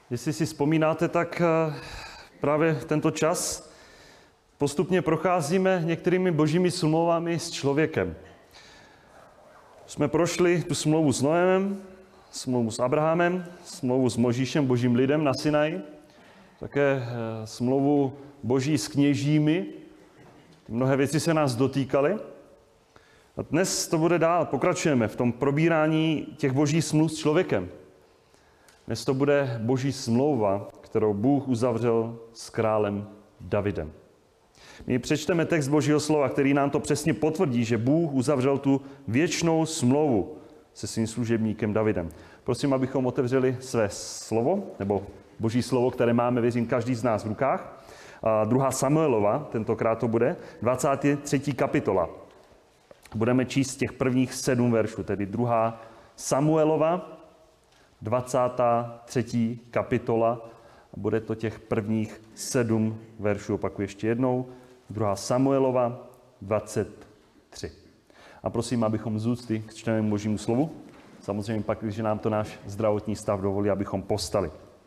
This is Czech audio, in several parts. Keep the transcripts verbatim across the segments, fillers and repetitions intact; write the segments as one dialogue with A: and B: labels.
A: Jestli si vzpomínáte, tak právě tento čas postupně procházíme některými božími smlouvami s člověkem. Jsme prošli tu smlouvu s Noémem, smlouvu s Abrahamem, smlouvu s Možíšem, božím lidem na Sinaji, také smlouvu boží s kněžími. Mnohé věci se nás dotýkaly. A dnes to bude dál. Pokračujeme v tom probírání těch božích smluv s člověkem. Dnes to bude boží smlouva, kterou Bůh uzavřel s králem Davidem. My přečteme text božího slova, který nám to přesně potvrdí, že Bůh uzavřel tu věčnou smlouvu se svým služebníkem Davidem. Prosím, abychom otevřeli své slovo, nebo boží slovo, které máme, věřím, každý z nás v rukách. A druhá Samuelova, tentokrát to bude, dvacátá třetí kapitola. Budeme číst těch prvních sedm veršů, tedy druhá Samuelova, dvacátá třetí kapitola. A bude to těch prvních sedm veršů, opakuji ještě jednou. druhá Samuelova, dvacet tři. A prosím, abychom z úcty k čtenému božímu slovu, samozřejmě pak, když nám to náš zdravotní stav dovolí, abychom postali.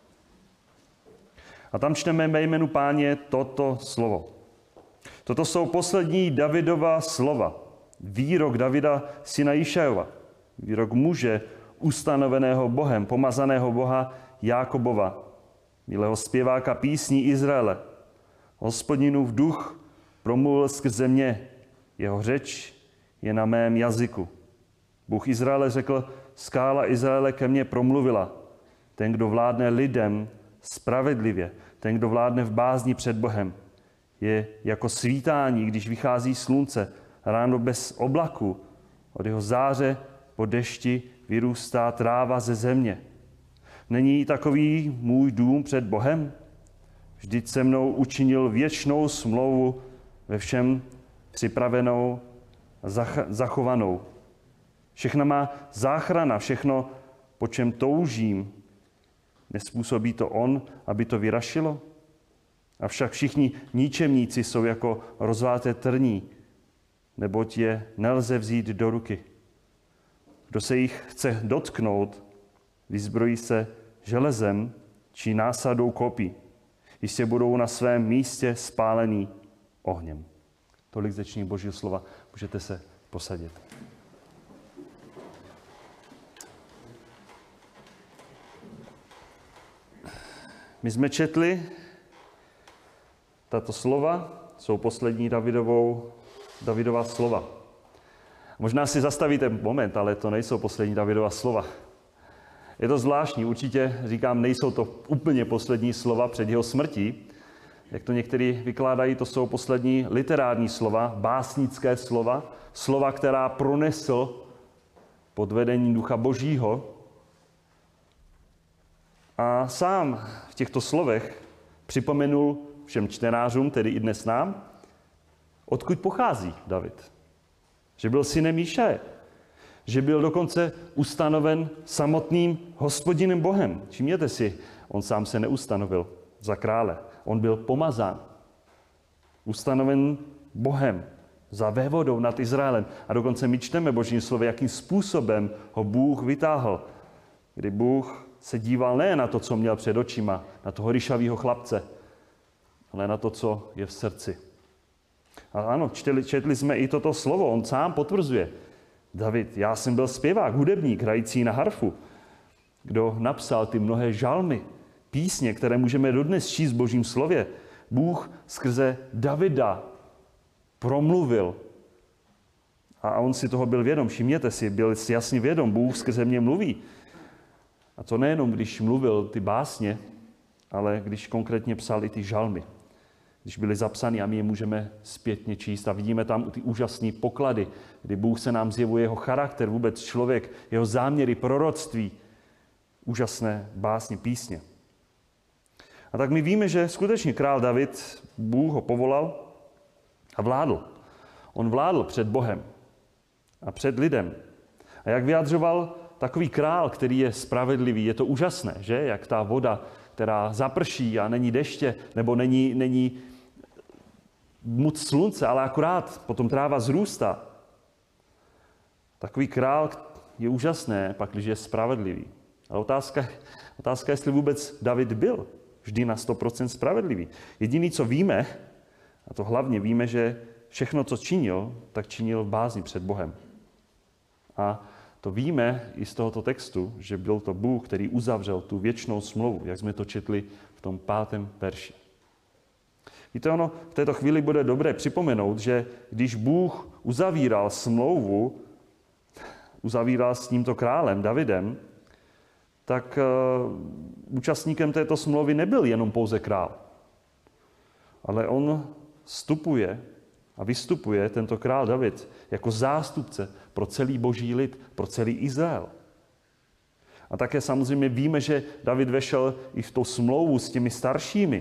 A: A tam čteme ve jménu Páně toto slovo. Toto jsou poslední Davidova slova. Výrok Davida, syna Išajova. Výrok muže ustanoveného Bohem, pomazaného Boha Jákobova, milého zpěváka písní Izraele. Hospodinův duch promluvil skrze mě, jeho řeč je na mém jazyku. Bůh Izraele řekl, skála Izraele ke mně promluvila. Ten, kdo vládne lidem spravedlivě, ten, kdo vládne v bázni před Bohem, je jako svítání, když vychází slunce, ráno bez oblaku, od jeho záře po dešti vyrůstá tráva ze země. Není takový můj dům před Bohem? Vždyť se mnou učinil věčnou smlouvu ve všem připravenou a zachovanou. Všechna má záchrana, všechno, po čem toužím. Nespůsobí to on, aby to vyrašilo? Avšak všichni ničemníci jsou jako rozváté trní, neboť je nelze vzít do ruky. Kdo se jich chce dotknout, vyzbrojí se železem či násadou kopí. Jistě budou na svém místě spálení ohněm. Tolik řečení božího slova. Můžete se posadit. My jsme četli tato slova, jsou poslední Davidovou, Davidova slova. Možná si zastavíte moment, ale to nejsou poslední Davidova slova. Je to zvláštní, určitě říkám, nejsou to úplně poslední slova před jeho smrtí. Jak to někteří vykládají, to jsou poslední literární slova, básnické slova, slova, která pronesl pod vedením Ducha Božího. A sám v těchto slovech připomenul všem čtenářům, tedy i dnes nám, odkud pochází David. Že byl synem Išaje. Že byl dokonce ustanoven samotným Hospodinem Bohem. Všimněte si, on sám se neustanovil za krále. On byl pomazán. Ustanoven Bohem za vévodou nad Izraelem. A dokonce my čteme boží slovo, jakým způsobem ho Bůh vytáhl. Kdy Bůh se díval ne na to, co měl před očima, na toho ryšavého chlapce, ale na to, co je v srdci. A ano, četli, četli jsme i toto slovo, on sám potvrzuje. David, já jsem byl zpěvák, hudebník, hrající na harfu. Kdo napsal ty mnohé žalmy, písně, které můžeme dodnes číst v božím slově. Bůh skrze Davida promluvil. A on si toho byl vědom, všimněte si, byl si jasně vědom, Bůh skrze mě mluví. A to nejenom, když mluvil ty básně, ale když konkrétně psal i ty žalmy. Když byly zapsány a my je můžeme zpětně číst a vidíme tam ty úžasné poklady, kdy Bůh se nám zjevuje jeho charakter, vůbec člověk, jeho záměry, proroctví, úžasné básně, písně. A tak my víme, že skutečně král David, Bůh ho povolal a vládl. On vládl před Bohem a před lidem. A jak vyjadřoval takový král, který je spravedlivý, je to úžasné, že? Jak ta voda, která zaprší a není deště, nebo není, není moc slunce, ale akorát potom tráva zrůstá. Takový král je úžasné, pak, když je spravedlivý. Ale otázka, otázka, jestli vůbec David byl vždy na sto procent spravedlivý. Jediné, co víme, a to hlavně víme, že všechno, co činil, tak činil v bázni před Bohem. A to víme i z tohoto textu, že byl to Bůh, který uzavřel tu věčnou smlouvu, jak jsme to četli v tom pátém verši. Víte, ono v této chvíli bude dobré připomenout, že když Bůh uzavíral smlouvu, uzavíral s tímto králem Davidem, tak uh, účastníkem této smlouvy nebyl jenom pouze král. Ale on vstupuje a vystupuje, tento král David, jako zástupce pro celý boží lid, pro celý Izrael. A také samozřejmě víme, že David vešel i v tou smlouvu s těmi staršími.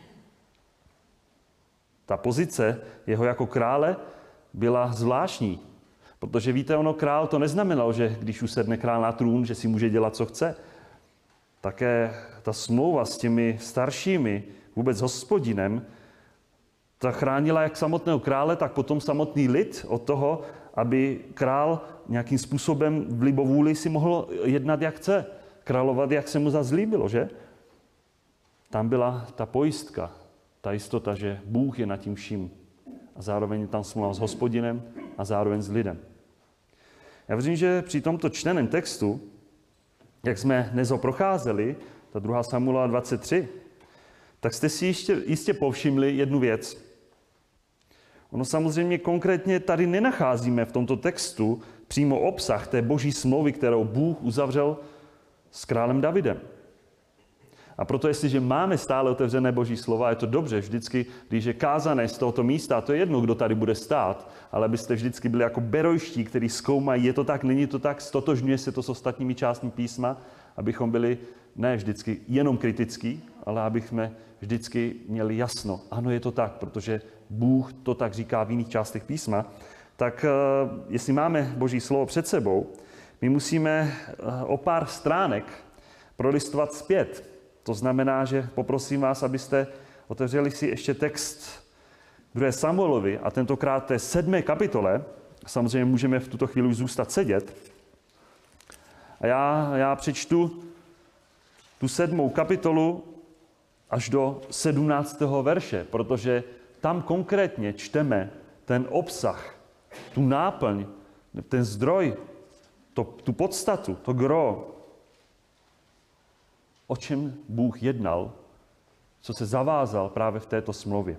A: Ta pozice jeho jako krále byla zvláštní. Protože víte, ono král to neznamenalo, že když usedne král na trůn, že si může dělat, co chce. Také ta smlouva s těmi staršími, vůbec s Hospodinem, ta chránila jak samotného krále, tak potom samotný lid od toho, aby král nějakým způsobem v libovůli si mohl jednat, jak chce. Královat, jak se mu zazlíbilo, že? Tam byla ta pojistka, ta jistota, že Bůh je nad tím vším. A zároveň je tam smlouva s Hospodinem a zároveň s lidem. Já věřím, že při tomto čteném textu, jak jsme dnes ho procházeli, ta druhá Samuela dvacet tři, tak jste si jistě, jistě povšimli jednu věc. Ono samozřejmě konkrétně tady nenacházíme v tomto textu přímo obsah té boží smlouvy, kterou Bůh uzavřel s králem Davidem. A proto, jestliže máme stále otevřené boží slova, je to dobře vždycky, když je kázané z tohoto místa, to je jedno, kdo tady bude stát, ale abyste vždycky byli jako berojští, kteří zkoumají, je to tak, není to tak, stotožňuje se to s ostatními částmi písma, abychom byli ne vždycky jenom kritický, ale abychom vždycky měli jasno. Ano, je to tak, protože Bůh to tak říká v jiných částech písma. Tak jestli máme boží slovo před sebou, my musíme o pár stránek prolistovat zpět. To znamená, že poprosím vás, abyste otevřeli si ještě text druhé Samuelovi a tentokrát té sedmé kapitole. Samozřejmě můžeme v tuto chvíli zůstat sedět. A já, já přečtu tu sedmou kapitolu až do sedmnáctého verše, protože tam konkrétně čteme ten obsah, tu náplň, ten zdroj, to, tu podstatu, to gro, o čem Bůh jednal, co se zavázal právě v této smlouvě.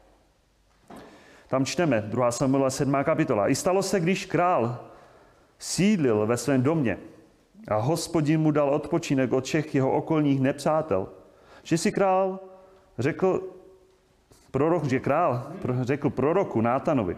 A: Tam čteme, druhá Samuela sedmá kapitola. I stalo se, když král sídlil ve svém domě a Hospodin mu dal odpočinek od všech jeho okolních nepřátel, že si král řekl, prorok, že král řekl proroku Nátanovi,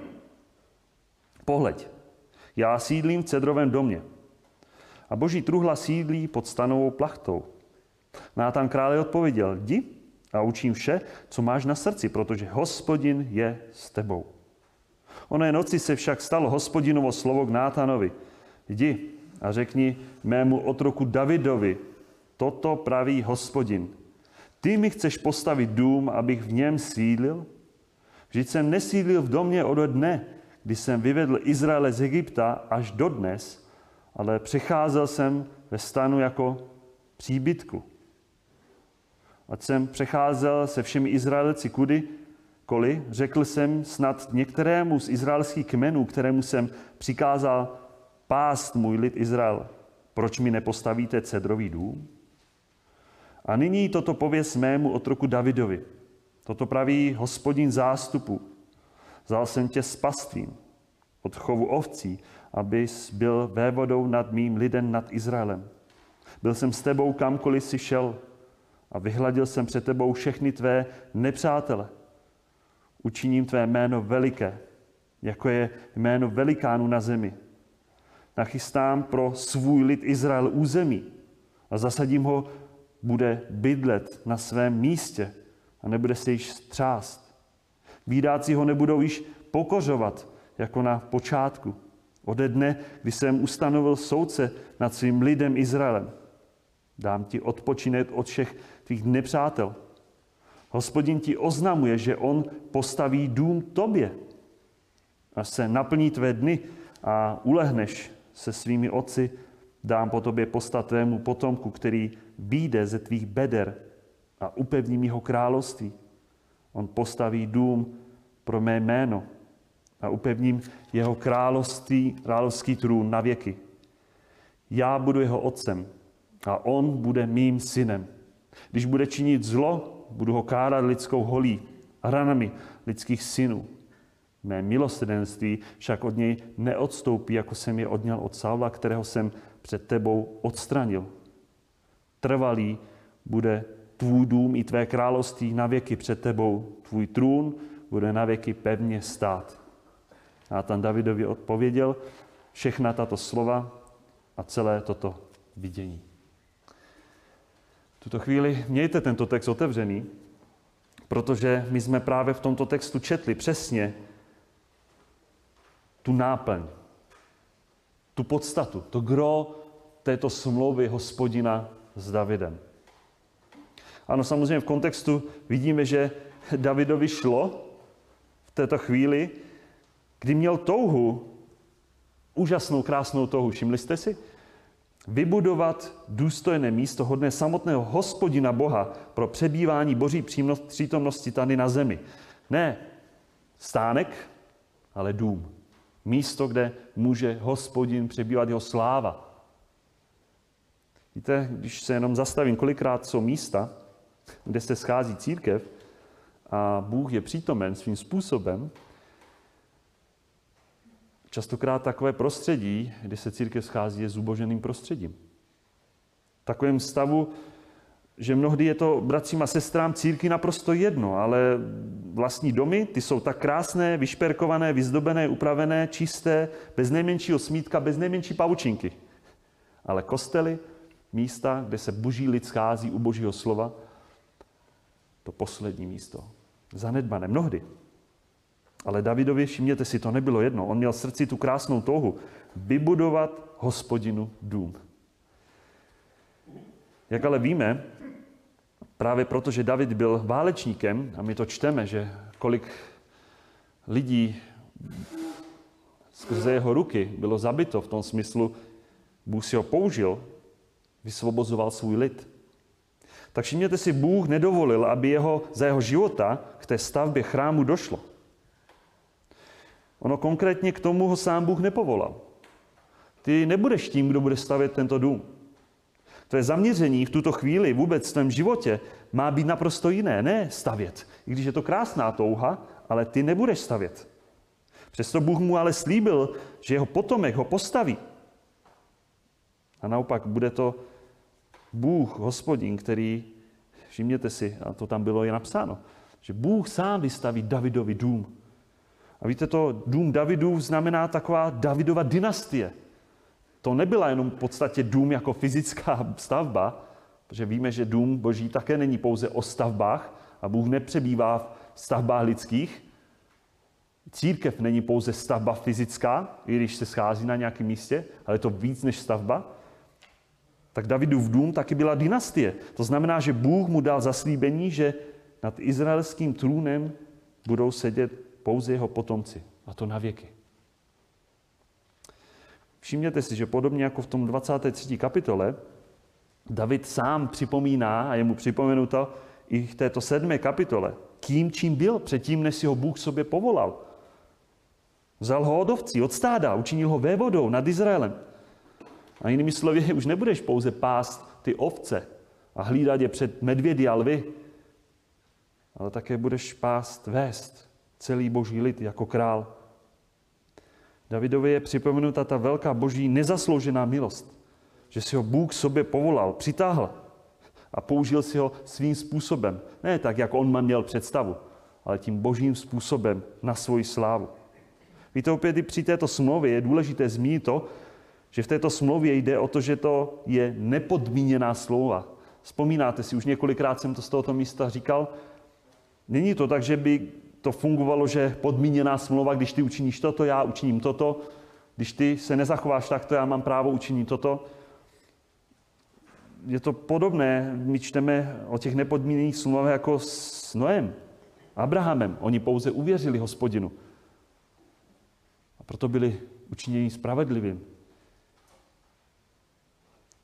A: pohleď, já sídlím v cedrovém domě a boží truhla sídlí pod stanovou plachtou. Nátan králi odpověděl, jdi a učím vše, co máš na srdci, protože Hospodin je s tebou. Oné noci se však stalo Hospodinovo slovo k Nátanovi. Jdi a řekni mému otroku Davidovi, toto praví Hospodin. Ty mi chceš postavit dům, abych v něm sídlil? Vždyť jsem nesídlil v domě od dne, kdy jsem vyvedl Izraele z Egypta až dodnes, ale přecházel jsem ve stanu jako příbytku. Ať jsem přecházel se všemi Izraelci kudykoliv, řekl jsem snad některému z izraelských kmenů, kterému jsem přikázal pást můj lid Izrael, proč mi nepostavíte cedrový dům? A nyní toto pověz mému otroku Davidovi. Toto praví Hospodin zástupu. Vzal jsem tě s pastvím od chovu ovcí, abys byl vévodou nad mým lidem, nad Izraelem. Byl jsem s tebou kamkoliv si šel a vyhladil jsem před tebou všechny tvé nepřátele. Učiním tvé jméno veliké, jako je jméno velikánů na zemi. Nachystám pro svůj lid Izrael území a zasadím ho, bude bydlet na svém místě a nebude se již třást. Bídáci ho nebudou již pokořovat, jako na počátku. Ode dne, kdy jsem ustanovil soudce nad svým lidem Izraelem. Dám ti odpočinek od všech tvých nepřátel. Hospodin ti oznamuje, že on postaví dům tobě. Až se naplní tvé dny a ulehneš se svými otci, Dám po tobě postat tvému potomku, který vyjde ze tvých beder a upevním jeho království. On postaví dům pro mé jméno a upevním jeho království, královský trůn na věky. Já budu jeho otcem a on bude mým synem. Když bude činit zlo, budu ho kárat lidskou holí a ranami lidských synů. Mé milosrdenství však od něj neodstoupí, jako jsem je odňal od Saula, kterého jsem před tebou odstranil. Trvalý bude tvůj dům i tvé království na věky před tebou. Tvůj trůn bude na věky pevně stát. A tam Davidovi odpověděl všechna tato slova a celé toto vidění. V tuto chvíli mějte tento text otevřený, protože my jsme právě v tomto textu četli přesně tu náplň, tu podstatu, to gro této smlouvy Hospodina s Davidem. Ano, samozřejmě v kontextu vidíme, že Davidovi šlo v této chvíli, kdy měl touhu, úžasnou, krásnou touhu, všimli jste si? Vybudovat důstojné místo hodné samotného Hospodina Boha pro přebývání Boží přítomnosti tady na zemi. Ne stánek, ale dům. Místo, kde může Hospodin přebývat, jeho sláva. Víte, když se jenom zastavím, kolikrát jsou místa, kde se schází církev a Bůh je přítomen svým způsobem, častokrát takové prostředí, kde se církev schází, je zuboženým prostředím. V takovém stavu, že mnohdy je to bratřím a sestrám církvi naprosto jedno, ale vlastní domy, ty jsou tak krásné, vyšperkované, vyzdobené, upravené, čisté, bez nejmenšího smítka, bez nejmenší pavučinky. Ale kostely, místa, kde se boží lid schází u božího slova, to poslední místo. Zanedbané mnohdy. Ale Davidovi, všimněte si, to nebylo jedno. On měl v srdci tu krásnou touhu vybudovat Hospodinu dům. Jak ale víme, právě proto, že David byl válečníkem, a my to čteme, že kolik lidí skrze jeho ruky bylo zabito v tom smyslu, Bůh si ho použil, vysvobozoval svůj lid. Tak všimněte si, Bůh nedovolil, aby jeho, za jeho života k té stavbě chrámu došlo. Ono konkrétně k tomu ho sám Bůh nepovolal. Ty nebudeš tím, kdo bude stavět tento dům. Tvé zaměření v tuto chvíli vůbec v tvém životě má být naprosto jiné. Ne stavět, i když je to krásná touha, ale ty nebudeš stavět. Přesto Bůh mu ale slíbil, že jeho potomek ho postaví. A naopak bude to Bůh, Hospodin, který, všimněte si, a to tam bylo i napsáno, že Bůh sám vystaví Davidovi dům. A víte, to dům Davidův znamená taková Davidova dynastie. To nebyla jenom v podstatě dům jako fyzická stavba, protože víme, že dům Boží také není pouze o stavbách a Bůh nepřebývá v stavbách lidských. Církev není pouze stavba fyzická, i když se schází na nějakém místě, ale je to víc než stavba. Tak Davidův dům taky byla dynastie. To znamená, že Bůh mu dal zaslíbení, že nad izraelským trůnem budou sedět pouze jeho potomci. A to na věky. Všimněte si, že podobně jako v tom dvacáté třetí kapitole, David sám připomíná, a je mu připomenuto i v této sedmé kapitole, kým čím byl předtím, než si ho Bůh sobě povolal. Vzal ho od ovcí, od stáda, učinil ho vévodou nad Izraelem. A jinými slovy, už nebudeš pouze pást ty ovce a hlídat je před medvědy a lvy, ale také budeš pást, vést celý boží lid jako král. Davidovi je připomenuta ta velká boží nezasloužená milost, že si ho Bůh sobě povolal, přitáhl a použil si ho svým způsobem. Ne tak, jak on měl představu, ale tím božím způsobem na svoji slávu. Víte, opět i při této smlouvě je důležité zmínit to, že v této smlouvě jde o to, že to je nepodmíněná smlouva. Vzpomínáte si, už několikrát jsem to z tohoto místa říkal, není to tak, že by to fungovalo, že podmíněná smlouva, když ty učiníš toto, já učiním toto, když ty se nezachováš takto, já mám právo učinit toto. Je to podobné, my čteme o těch nepodmíněných smlouvách jako s Noem, Abrahamem. Oni pouze uvěřili Hospodinu. A proto byli učiněni spravedlivým.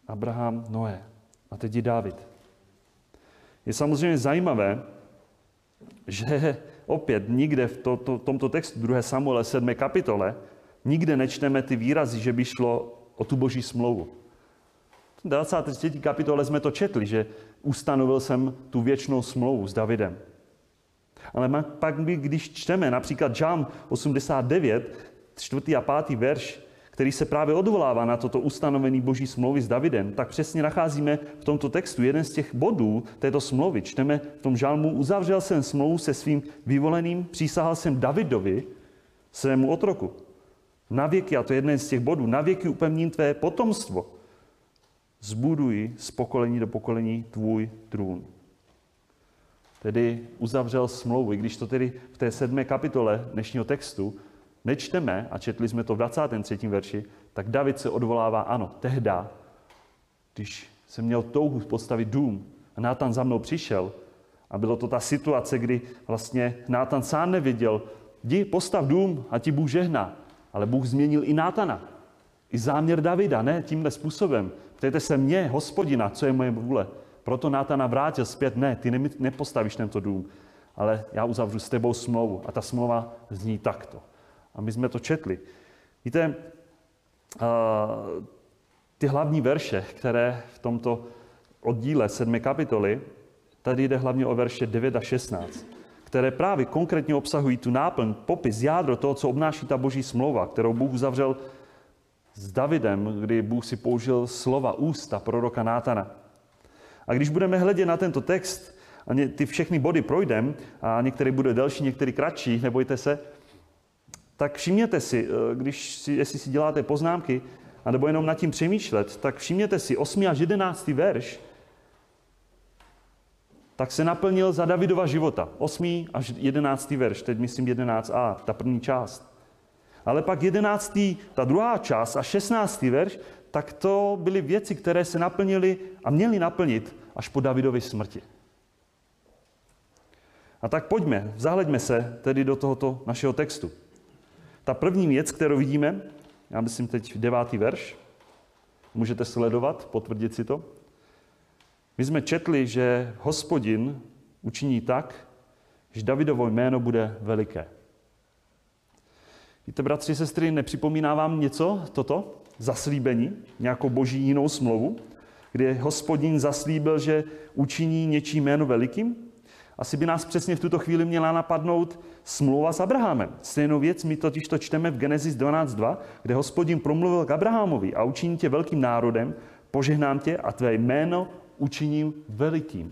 A: Abraham, Noé a teď i Dávid. Je samozřejmě zajímavé, že opět nikde v to, to, tomto textu druhé Samuele sedmé kapitole nikde nečteme ty výrazy, že by šlo o tu boží smlouvu. V dvacáté třetí kapitole jsme to četli, že ustanovil jsem tu věčnou smlouvu s Davidem. Ale pak, když čteme například Žalm osmdesát devět, čtvrtý a pátý verš, který se právě odvolává na toto ustanovení boží smlouvy s Davidem, tak přesně nacházíme v tomto textu jeden z těch bodů této smlouvy. Čteme v tom žalmu: uzavřel jsem smlouvu se svým vyvoleným, přísahal jsem Davidovi, svému otroku. Na věky, a to je jeden z těch bodů, na věky upevním tvé potomstvo. Zbuduji z pokolení do pokolení tvůj trůn. Tedy uzavřel smlouvu, i když to tedy v té sedmé kapitole dnešního textu nečteme, a četli jsme to v dvacátém třetím verši, tak David se odvolává, ano, tehda, když jsem měl touhu postavit dům a Nátan za mnou přišel, a bylo to ta situace, kdy vlastně Nátan sám nevěděl, jdi, postav dům a ti Bůh žehná. Ale Bůh změnil i Nátana, i záměr Davida, ne tímhle způsobem. Ptejte se mě, Hospodina, co je moje vůle. Proto Nátana vrátil zpět, ne, ty nepostavíš tento dům, ale já uzavřu s tebou smlouvu. A ta smlouva zní takto. A my jsme to četli. Víte, ty hlavní verše, které v tomto oddíle sedmé kapitoly, tady jde hlavně o verše devět a šestnáct, které právě konkrétně obsahují tu náplň, popis, jádro toho, co obnáší ta boží smlouva, kterou Bůh uzavřel s Davidem, kdy Bůh si použil slova ústa proroka Nátana. A když budeme hledět na tento text, a ty všechny body projdeme, a některý bude delší, některý kratší, nebojte se, tak všimněte si, když si, jestli si děláte poznámky, anebo jenom nad tím přemýšlet, tak všimněte si, osmý až jedenáctý verš, tak se naplnil za Davidova života. osmý až jedenáctý verš, teď myslím jedenáct a, ta první část. Ale pak jedenáctý, ta druhá část a šestnáctý verš, tak to byly věci, které se naplnily a měly naplnit až po Davidově smrti. A tak pojďme, zahleďme se tedy do tohoto našeho textu. Ta první věc, kterou vidíme, já myslím teď devátý verš, můžete sledovat, potvrdit si to. My jsme četli, že Hospodin učiní tak, že Davidovo jméno bude veliké. Víte, bratři, sestry, nepřipomíná vám něco toto? Zaslíbení, nějakou boží jinou smlouvu, kde Hospodin zaslíbil, že učiní něčí jméno velikým? Asi by nás přesně v tuto chvíli měla napadnout smlouva s Abrahamem. Stejnou věc my totiž to čteme v Genesis dvanáct dva, kde Hospodin promluvil k Abrahamovi: a učiní tě velkým národem, požehnám tě a tvé jméno učiním velikým.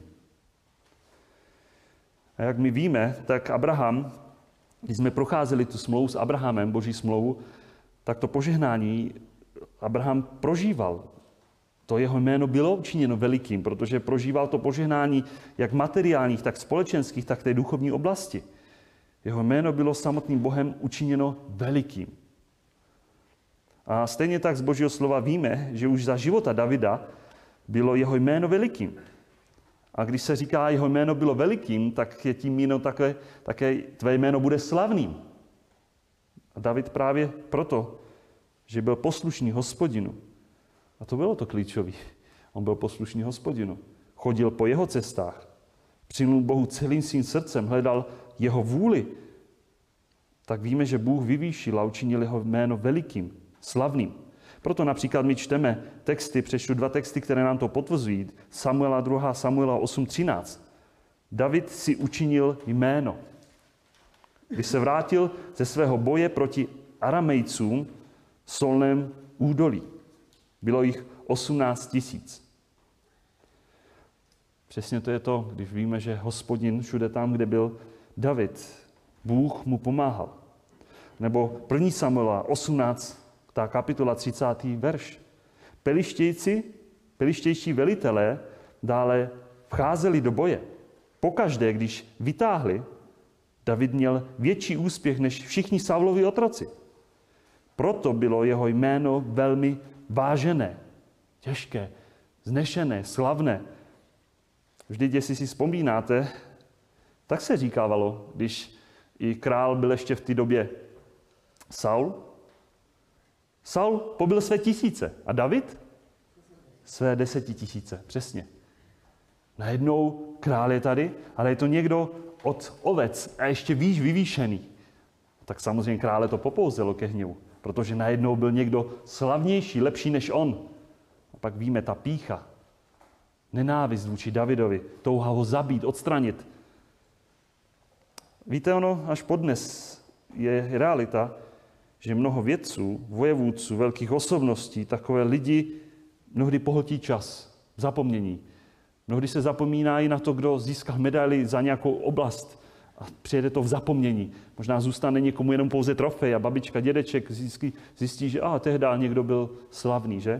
A: A jak my víme, tak Abraham, když jsme procházeli tu smlouvu s Abrahamem, boží smlouvu, tak to požehnání Abraham prožíval. To jeho jméno bylo učiněno velikým, protože prožíval to požehnání jak materiálních, tak společenských, tak té duchovní oblasti. Jeho jméno bylo samotným Bohem učiněno velikým. A stejně tak z božího slova víme, že už za života Davida bylo jeho jméno velikým. A když se říká, jeho jméno bylo velikým, tak je tím míněno také, také tvé jméno bude slavným. A David právě proto, že byl poslušný Hospodinu. A to bylo to klíčové. On byl poslušný Hospodinu. Chodil po jeho cestách. Přilnul Bohu celým svým srdcem, hledal jeho vůli. Tak víme, že Bůh vyvýšil a učinil jeho jméno velikým, slavným. Proto například my čteme texty, přečtu dva texty, které nám to potvrzují. Samuela druhá. Samuela osm třináct. David si učinil jméno. Když se vrátil ze svého boje proti Aramejcům v Solném údolí. Bylo jich osmnáct tisíc. Přesně to je to, když víme, že Hospodin všude tam, kde byl David, Bůh mu pomáhal. Nebo první Samuela osmnáct, ta kapitola třicátý verš. Pelištějci, pelištější velitelé dále vcházeli do boje. Pokaždé, když vytáhli, David měl větší úspěch než všichni Saulovi otroci. Proto bylo jeho jméno velmi vážené, těžké, znešené, slavné. Vždyť, jestli si vzpomínáte, tak se říkávalo, když i král byl ještě v té době Saul. Saul pobyl své tisíce a David své desetitisíce. Přesně. Najednou král je tady, ale je to někdo od ovec a ještě výš vyvýšený. Tak samozřejmě krále to popouzelo ke hněvu, protože najednou byl někdo slavnější, lepší než on. A pak víme, ta pýcha, nenávist vůči Davidovi, touha ho zabít, odstranit. Víte, ono až podnes je realita, že mnoho vědců, vojevůdců, velkých osobností, takové lidi mnohdy pohltí čas, zapomnění. Mnohdy se zapomíná i na to, kdo získal medaili za nějakou oblast a přijede to v zapomnění. Možná zůstane někomu jenom pouze trofej a babička, dědeček zjistí, zjistí že ah, tehdy někdo byl slavný, že?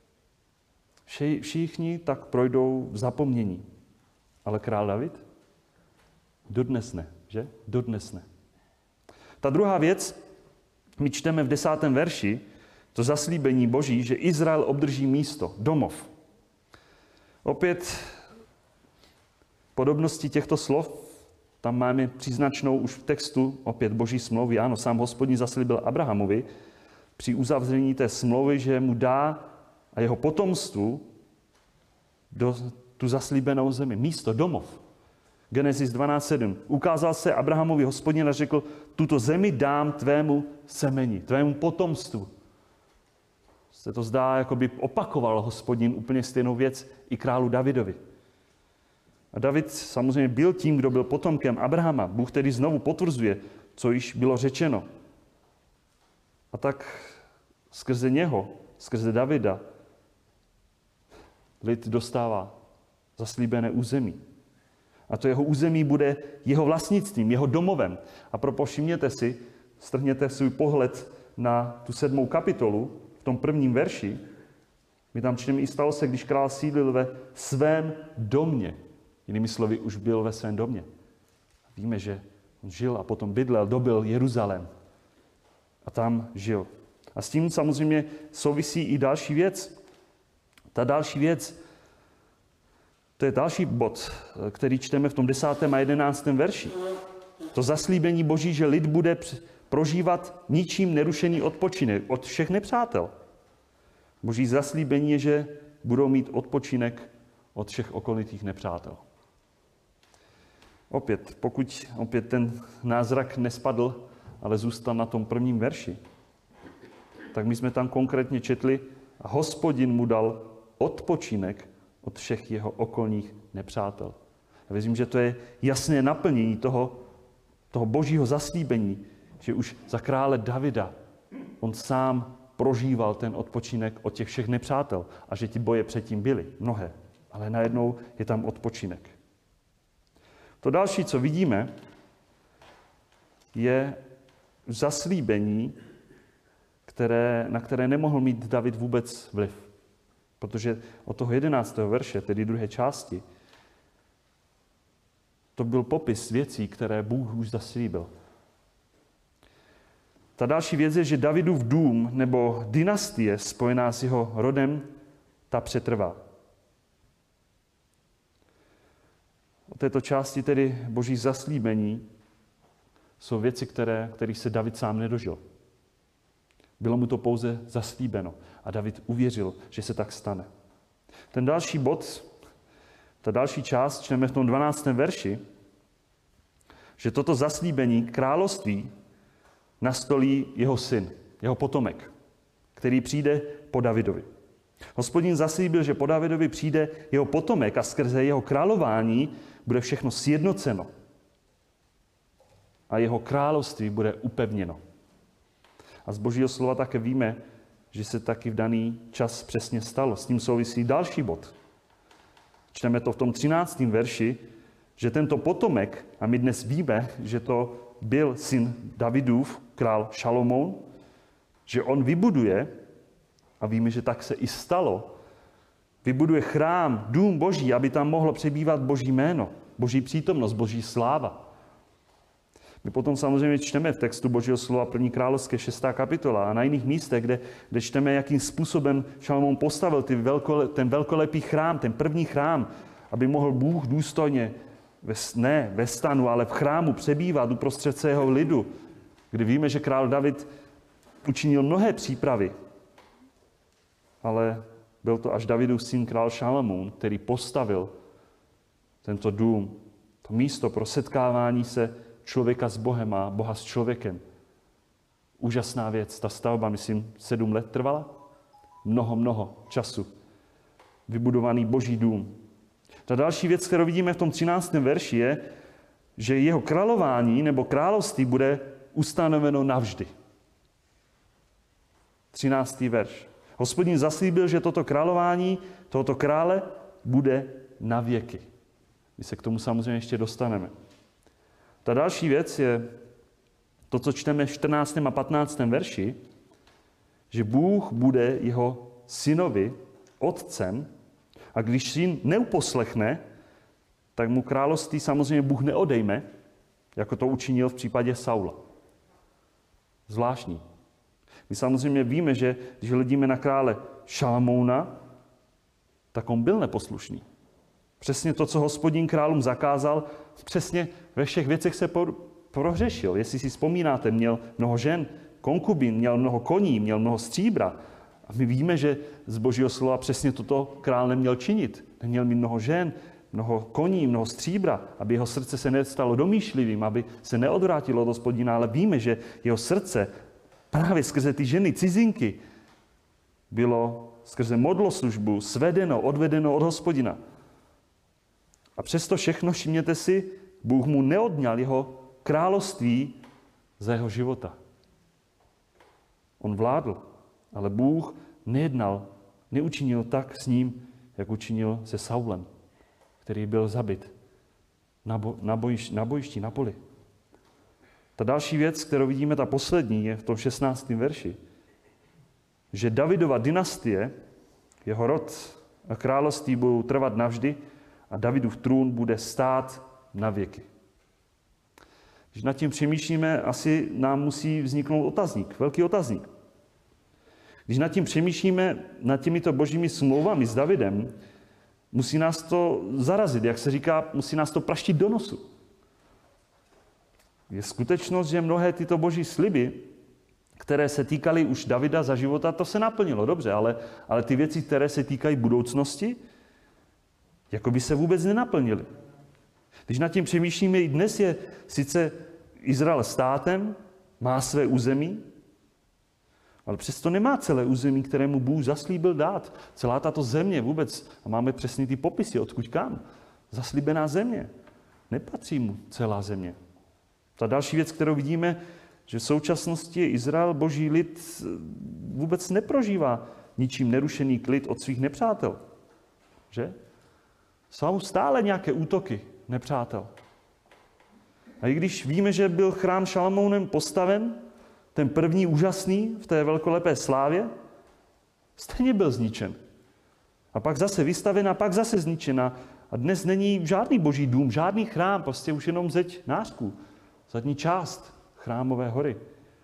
A: Všichni tak projdou v zapomnění. Ale král David? Dodnes ne, že? Dodnes ne. Ta druhá věc, my čteme v desátém verši, to zaslíbení Boží, že Izrael obdrží místo, domov. Opět podobnosti těchto slov, tam máme příznačnou už v textu, opět Boží smlouvy. Ano, sám Hospodin zaslíbil Abrahamovi při uzavření té smlouvy, že mu dá a jeho potomstvu do tu zaslíbenou zemi. Místo, domov. Genesis dvanáct sedm. Ukázal se Abrahamovi Hospodin a řekl, tuto zemi dám tvému semeni, tvému potomstvu. Se to zdá, jako by opakoval Hospodin úplně stejnou věc i králu Davidovi. A David samozřejmě byl tím, kdo byl potomkem Abrahama. Bůh tedy znovu potvrzuje, co již bylo řečeno. A tak skrze něho, skrze Davida, lid dostává zaslíbené území. A to jeho území bude jeho vlastnictvím, jeho domovem. A proto všimněte si, strhněte svůj pohled na tu sedmou kapitolu, v tom prvním verši. My tam čteme, i stalo se, když král sídlil ve svém domě. Jinými slovy, už byl ve svém domě. Víme, že on žil a potom bydlel, dobyl Jeruzalém. A tam žil. A s tím samozřejmě souvisí i další věc. Ta další věc, to je další bod, který čteme v tom desátém a jedenáctém verši. To zaslíbení Boží, že lid bude prožívat ničím nerušený odpočinek od všech nepřátel. Boží zaslíbení je, že budou mít odpočinek od všech okolitých nepřátel. Opět, pokud opět ten názrak nespadl, ale zůstal na tom prvním verši, tak my jsme tam konkrétně četli a Hospodin mu dal odpočinek od všech jeho okolních nepřátel. Já věřím, že to je jasné naplnění toho, toho božího zaslíbení, že už za krále Davida on sám prožíval ten odpočinek od těch všech nepřátel a že ti boje předtím byly mnohé, ale najednou je tam odpočinek. To další, co vidíme, je zaslíbení, které, na které nemohl mít David vůbec vliv. Protože od toho jedenáctého verše, tedy druhé části, to byl popis věcí, které Bůh už zaslíbil. Ta další věc je, že Davidův dům nebo dynastie spojená s jeho rodem, ta přetrvá. O této části tedy boží zaslíbení jsou věci, které, kterých se David sám nedožil. Bylo mu to pouze zaslíbeno a David uvěřil, že se tak stane. Ten další bod, ta další část, čteme v tom dvanáctém verši, že toto zaslíbení království nastolí jeho syn, jeho potomek, který přijde po Davidovi. Hospodin zaslíbil, že po Davidovi přijde jeho potomek a skrze jeho králování bude všechno sjednoceno a jeho království bude upevněno. A z božího slova také víme, že se taky v daný čas přesně stalo. S tím souvisí další bod. Čteme to v tom třináctém verši, že tento potomek, a my dnes víme, že to byl syn Davidův, král Šalomoun, že on vybuduje, a víme, že tak se i stalo, vybuduje chrám, dům boží, aby tam mohlo přebývat boží jméno, boží přítomnost, boží sláva. My potom samozřejmě čteme v textu božího slova první královské šestá kapitola a na jiných místech, kde, kde čteme, jakým způsobem Šalomoun postavil ty velkole, ten velkolepý chrám, ten první chrám, aby mohl Bůh důstojně, ve, ne ve stanu, ale v chrámu přebývat uprostřed svého lidu, kdy víme, že král David učinil mnohé přípravy, ale Byl to až Davidův syn král Šalamoun, který postavil tento dům, to místo pro setkávání se člověka s Bohem a Boha s člověkem. Úžasná věc. Ta stavba, myslím, sedm let trvala. Mnoho, mnoho času. Vybudovaný boží dům. Ta další věc, kterou vidíme v tom třináctém verši, je, že jeho králování nebo království bude ustanoveno navždy. třináctý verš. Hospodin zaslíbil, že toto králování tohoto krále bude na věky. My se k tomu samozřejmě ještě dostaneme. Ta další věc je to, co čteme v čtrnáctém a patnáctém verši, že Bůh bude jeho synovi otcem a když syn neuposlechne, tak mu království samozřejmě Bůh neodejme, jako to učinil v případě Saula. Zvláštní. My samozřejmě víme, že když hledíme na krále Šalamouna, tak on byl neposlušný. Přesně to, co Hospodin králům zakázal, přesně ve všech věcech se prohřešil. Jestli si vzpomínáte, měl mnoho žen, konkubín, měl mnoho koní, měl mnoho stříbra. A my víme, že z Božího slova přesně toto král neměl činit. Neměl mít mnoho žen, mnoho koní, mnoho stříbra, aby jeho srdce se nestalo domýšlivým, aby se neodvrátilo od Hospodina, ale víme, že jeho srdce právě skrze ty ženy, cizinky, bylo skrze modloslužbu svedeno, odvedeno od Hospodina. A přesto všechno, všimněte si, Bůh mu neodňal jeho království za jeho života. On vládl, ale Bůh nejednal, neučinil tak s ním, jak učinil se Saulem, který byl zabit na, bo, na, bojiš, na bojišti, na poli. Ta další věc, kterou vidíme, ta poslední, je v tom šestnáctém verši, že Davidova dynastie, jeho rod a království budou trvat navždy a Davidův trůn bude stát na věky. Když nad tím přemýšlíme, asi nám musí vzniknout otazník, velký otazník. Když nad tím přemýšlíme, nad těmito božími smlouvami s Davidem, musí nás to zarazit, jak se říká, musí nás to praštit do nosu. Je skutečnost, že mnohé tyto boží sliby, které se týkaly už Davida za života, to se naplnilo, dobře, ale, ale ty věci, které se týkají budoucnosti, jako by se vůbec nenaplnily. Když nad tím přemýšlíme, i dnes je sice Izrael státem, má své území, ale přesto nemá celé území, kterému Bůh zaslíbil dát. Celá tato země vůbec, a máme přesně ty popisy, odkud kam, zaslíbená země. Nepatří mu celá země. Ta další věc, kterou vidíme, že v současnosti Izrael, boží lid, vůbec neprožívá ničím nerušený klid od svých nepřátel. Že? Jsou stále nějaké útoky nepřátel. A i když víme, že byl chrám Šalamounem postaven, ten první úžasný v té velkolepé slávě, stejně byl zničen. A pak zase vystaven a pak zase zničen. A dnes není žádný boží dům, žádný chrám, prostě už jenom zeď nářků. Zadní část chrámové hory.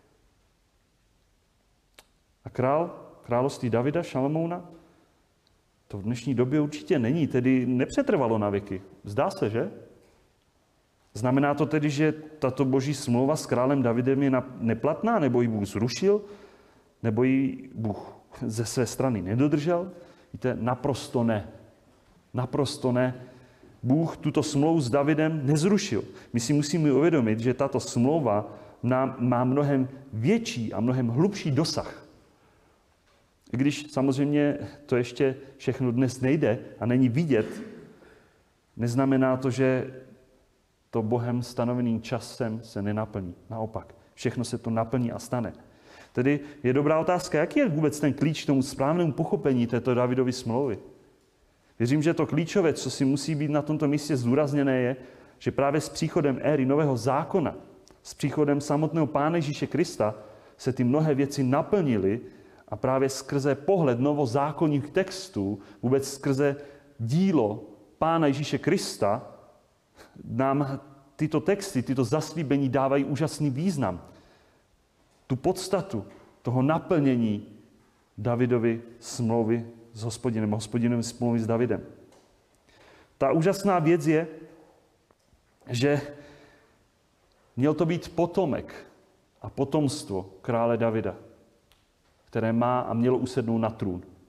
A: A král, království Davida, Šalamouna, to v dnešní době určitě není, tedy nepřetrvalo na věky. Zdá se, že? Znamená to tedy, že tato boží smlouva s králem Davidem je neplatná, nebo ji Bůh zrušil, nebo ji Bůh ze své strany nedodržel? Víte, naprosto ne. Naprosto ne. Bůh tuto smlouvu s Davidem nezrušil. My si musíme uvědomit, že tato smlouva nám má mnohem větší a mnohem hlubší dosah. I když samozřejmě to ještě všechno dnes nejde a není vidět, neznamená to, že to Bohem stanoveným časem se nenaplní. Naopak, všechno se to naplní a stane. Tedy je dobrá otázka, jaký je vůbec ten klíč k tomu správnému pochopení této Davidovy smlouvy. Věřím, že to klíčové, co si musí být na tomto místě zdůrazněné, je, že právě s příchodem éry nového zákona, s příchodem samotného Pána Ježíše Krista se ty mnohé věci naplnily a právě skrze pohled novozákonních textů, vůbec skrze dílo Pána Ježíše Krista, nám tyto texty, tyto zaslíbení dávají úžasný význam. Tu podstatu toho naplnění Davidovy smlouvy s Hospodinem, Hospodinovy smlouvy s Davidem. Ta úžasná věc je, že měl to být potomek a potomstvo krále Davida, které má a mělo usednout na trůn.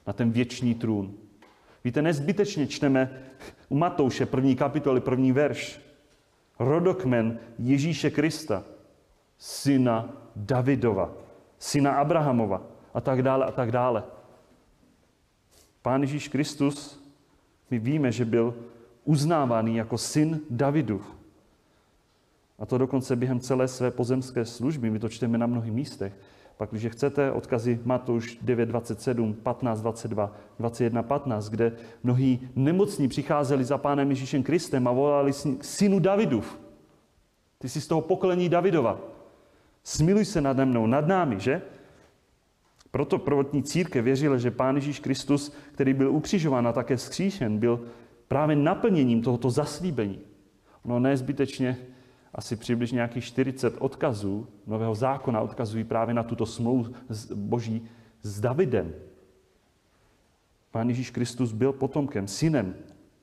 A: na ten věčný trůn. Víte, nezbytečně čteme u Matouše první kapitoly, první verš. Rodokmen Ježíše Krista, syna Davidova, syna Abrahamova a tak dále a tak dále. Pán Ježíš Kristus, my víme, že byl uznávaný jako syn Davidův. A to dokonce během celé své pozemské služby. My to čteme na mnohých místech. Pak, když chcete, odkazy Matouš devět dvacet sedm, patnáct dvacet dva, dvacet jedna patnáct, kde mnohí nemocní přicházeli za Pánem Ježíšem Kristem a volali synu Davidův. Ty jsi z toho pokolení Davidova. Smiluj se nade mnou, nad námi, že? Proto prvotní církev věřila, že Pán Ježíš Kristus, který byl ukřižován a také vzkříšen, byl právě naplněním tohoto zaslíbení. No nezbytečně asi přibližně nějakých čtyřicet odkazů Nového zákona odkazují právě na tuto smlouvu Boží s Davidem. Pán Ježíš Kristus byl potomkem, synem,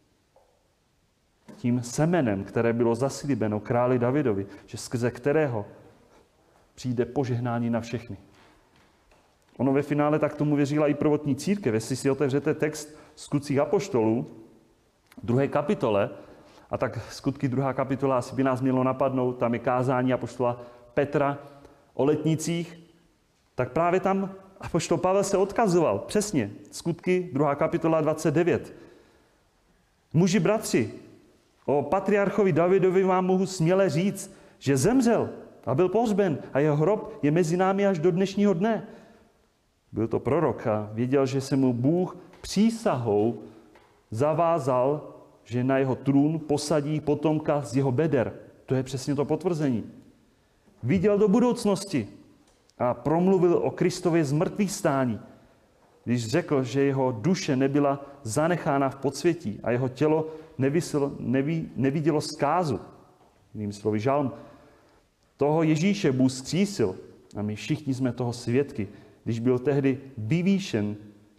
A: tím semenem, které bylo zaslíbeno králi Davidovi, že skrze kterého přijde požehnání na všechny. Ono ve finále tak tomu věřila i prvotní církev. Jestli si otevřete text Skutcích apoštolů, druhé kapitole, a tak Skutky druhá kapitola asi by nás mělo napadnout, tam je kázání apoštola Petra o letnicích, tak právě tam apoštol Pavel se odkazoval, přesně, Skutky druhá kapitola dvacet devět. Muži bratři, o patriarchovi Davidovi vám mohu směle říct, že zemřel a byl pohřben a jeho hrob je mezi námi až do dnešního dne. Byl to prorok a věděl, že se mu Bůh přísahou zavázal, že na jeho trůn posadí potomka z jeho beder. To je přesně to potvrzení. Viděl do budoucnosti a promluvil o Kristově zmrtvých stání, když řekl, že jeho duše nebyla zanechána v podsvětí a jeho tělo nevysl, neví, nevidělo zkázu. Jinými slovy žalm. Toho Ježíše Bůh zkřísil a my všichni jsme toho svědky, když byl tehdy vyvýšen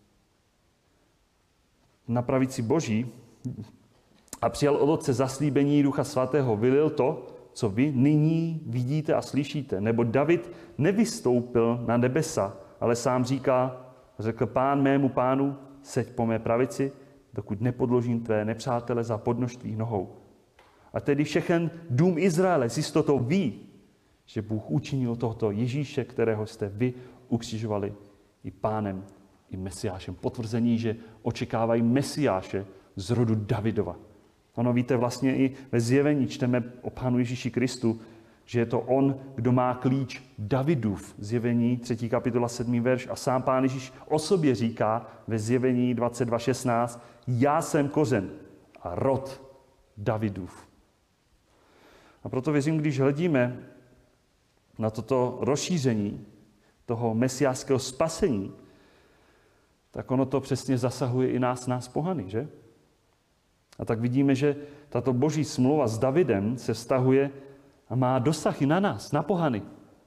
A: na pravici Boží a přijal od Otce zaslíbení Ducha Svatého, vylil to, co vy nyní vidíte a slyšíte. Nebo David nevystoupil na nebesa, ale sám říká, řekl Pán mému pánu, seď po mé pravici, dokud nepodložím tvé nepřátele za podnož tvých nohou. A tedy všechen dům Izraele s jistotou ví, že Bůh učinil tohoto Ježíše, kterého jste vy ukřižovali, i pánem, i Mesiášem. Potvrzení, že očekávají Mesiáše z rodu Davidova. Ono víte, vlastně i ve zjevení čteme o Pánu Ježíši Kristu, že je to on, kdo má klíč Davidův. Zjevení třetí kapitola sedmý verš a sám Pán Ježíš o sobě říká ve zjevení dvacet dva šestnáct, já jsem kořen a rod Davidův. A proto věřím, když hledíme na toto rozšíření toho mesiášského spasení, tak ono to přesně zasahuje i nás, nás pohany, že? A tak vidíme, že tato boží smlouva s Davidem se vztahuje a má dosah i na nás, na pohany.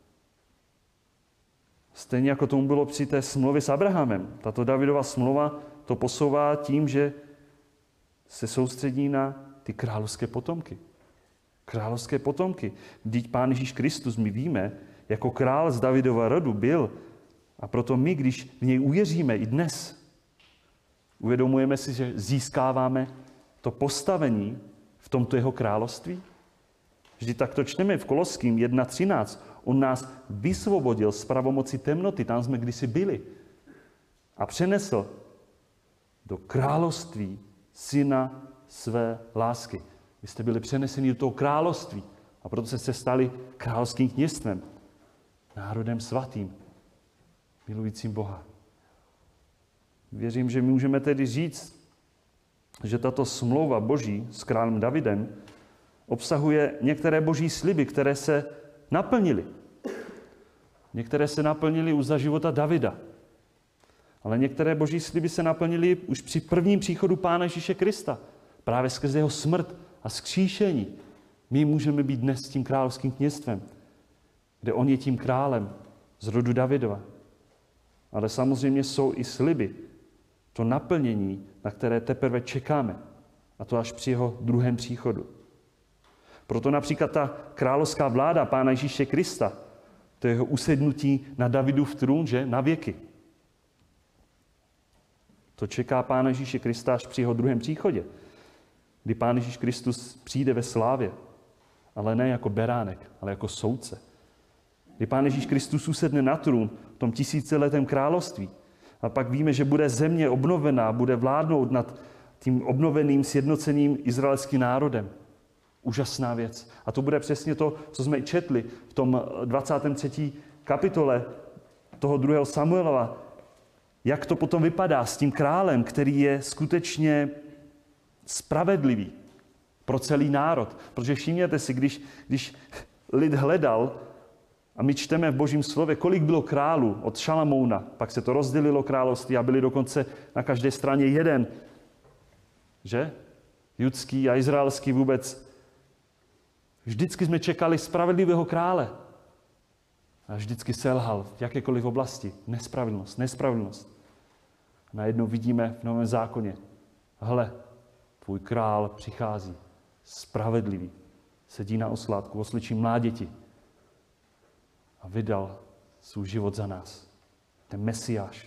A: Stejně jako tomu bylo při té smlouvě s Abrahamem. Tato Davidova smlouva to posouvá tím, že se soustředí na ty královské potomky. Královské potomky. Vždyť Pán Ježíš Kristus, my víme, jako král z Davidova rodu byl. A proto my, když v něj uvěříme i dnes, uvědomujeme si, že získáváme to postavení v tomto jeho království. Vždyť tak to čteme v Koloským jedna třináct. On nás vysvobodil z pravomoci temnoty, tam jsme kdysi byli, a přenesl do království syna své lásky. Vy jste byli přeneseni do toho království a proto jste se stali královským kněžstvem, národem svatým, milujícím Boha. Věřím, že můžeme tedy říct, že tato smlouva Boží s králem Davidem obsahuje některé boží sliby, které se naplnily. Některé se naplnily už za života Davida. Ale některé boží sliby se naplnily už při prvním příchodu Pána Ježíše Krista. Právě skrze jeho smrt a vzkříšení. My můžeme být dnes tím královským kněžstvem, kde on je tím králem z rodu Davidova. Ale samozřejmě jsou i sliby, to naplnění, na které teprve čekáme. A to až při jeho druhém příchodu. Proto například ta královská vláda Pána Ježíše Krista, to je jeho usednutí na Davidův trůn, že? Na věky. To čeká Pána Ježíše Krista až při jeho druhém příchodě, kdy Pán Ježíš Kristus přijde ve slávě, ale ne jako beránek, ale jako soudce. Kdy Pán Ježíš Kristus usedne na trůn v tom tisíciletém království a pak víme, že bude země obnovená, bude vládnout nad tím obnoveným, sjednoceným izraelským národem. Úžasná věc. A to bude přesně to, co jsme četli v tom dvacáté třetí kapitole toho druhého Samuelova. Jak to potom vypadá s tím králem, který je skutečně spravedlivý pro celý národ. Protože všimněte si, když, když lid hledal, a my čteme v Božím slově, kolik bylo králů od Šalamouna, pak se to rozdělilo království a byli dokonce na každé straně jeden. Že? Judský a izraelský vůbec. Vždycky jsme čekali spravedlivého krále. A vždycky selhal v jakékoliv oblasti. Nespravedlnost, nespravedlnost. A najednou vidíme v Novém zákoně. Hle, tvůj král přichází. Spravedlivý. Sedí na oslátku, osličí mláděti. A vydal svůj život za nás. Ten Mesiáš.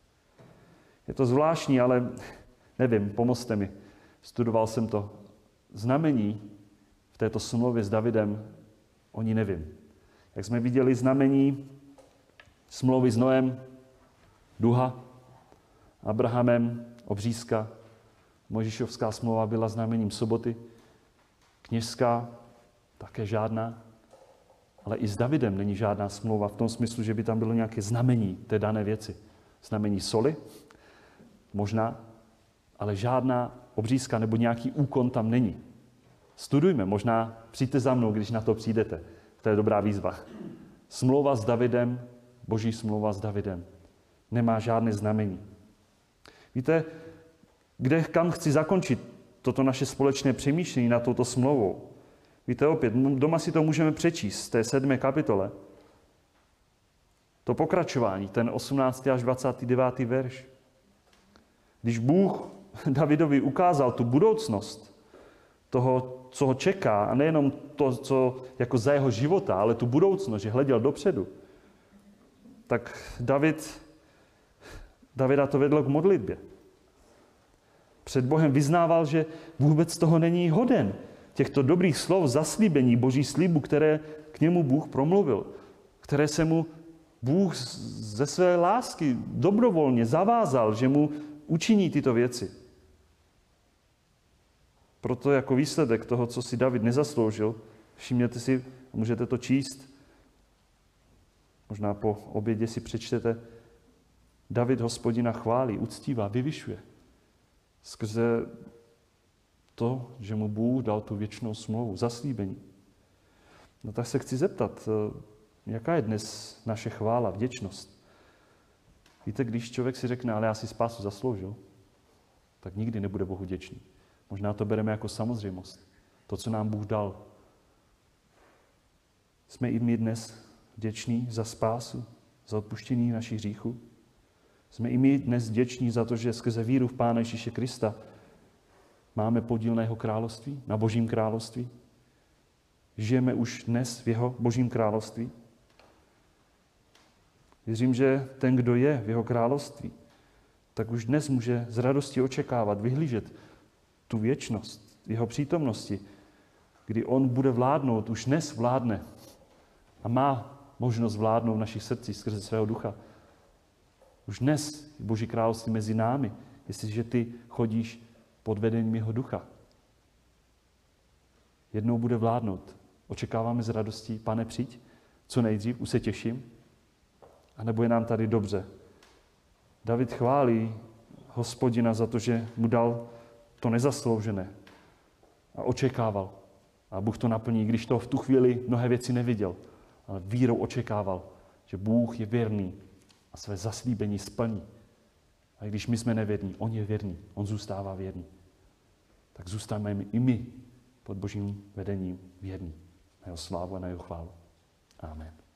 A: Je to zvláštní, ale nevím, pomozte mi. Studoval jsem to. Znamení v této smlouvě s Davidem, oni nevím. Jak jsme viděli znamení smlouvy s Noem, duha, Abrahamem, obřízka, Mojžíšovská smlouva byla znamením soboty, kněžská také žádná, ale i s Davidem není žádná smlouva v tom smyslu, že by tam bylo nějaké znamení té dané věci. Znamení soli, možná, ale žádná obřízka nebo nějaký úkon tam není. Studujme, možná přijďte za mnou, když na to přijdete. To je dobrá výzva. Smlouva s Davidem, Boží smlouva s Davidem, nemá žádné znamení. Víte, kde, kam chci zakončit toto naše společné přemýšlení nad touto smlouvou? Víte, opět, doma si to můžeme přečíst z té sedmé kapitole. To pokračování, ten osmnáctý až dvacátý devátý verš. Když Bůh Davidovi ukázal tu budoucnost toho, co ho čeká, a nejenom to, co jako za jeho života, ale tu budoucnost, že hleděl dopředu, tak David, Davida to vedlo k modlitbě. Před Bohem vyznával, že vůbec toho není hoden. Těchto dobrých slov, zaslíbení, Boží slibu, které k němu Bůh promluvil, které se mu Bůh ze své lásky dobrovolně zavázal, že mu učiní tyto věci. Proto jako výsledek toho, co si David nezasloužil, všimněte si, můžete to číst, možná po obědě si přečtete, David Hospodina chválí, uctívá, vyvyšuje. Skrze to, že mu Bůh dal tu věčnou smlouvu, zaslíbení. No tak se chci zeptat, jaká je dnes naše chvála, vděčnost? Víte, když člověk si řekne, ale já si spásu zasloužil, tak nikdy nebude Bohu vděčný. Možná to bereme jako samozřejmost. To, co nám Bůh dal. Jsme i my dnes vděční za spásu, za odpuštění našich hříchů. Jsme i my dnes vděční za to, že skrze víru v Pána Ježíše Krista máme podíl na jeho království, na Božím království. Žijeme už dnes v jeho Božím království. Věřím, že ten, kdo je v jeho království, tak už dnes může s radostí očekávat, vyhlížet tu věčnost jeho přítomnosti, kdy on bude vládnout, už dnes vládne a má možnost vládnout v našich srdcích skrze svého ducha. Už dnes je Boží království mezi námi, jestliže ty chodíš pod vedením jeho ducha. Jednou bude vládnout. Očekáváme s radostí, Pane, přijď, co nejdřív, už se těším, a nebo je nám tady dobře. David chválí Hospodina za to, že mu dal to nezasloužené a očekával. A Bůh to naplní, když to v tu chvíli mnohé věci neviděl, ale vírou očekával, že Bůh je věrný a své zaslíbení splní. A když my jsme nevěrní, on je věrný, on zůstává věrný. Tak zůstáváme i my pod Božím vedením věrní. Na jeho slávu a na jeho chválu. Amen.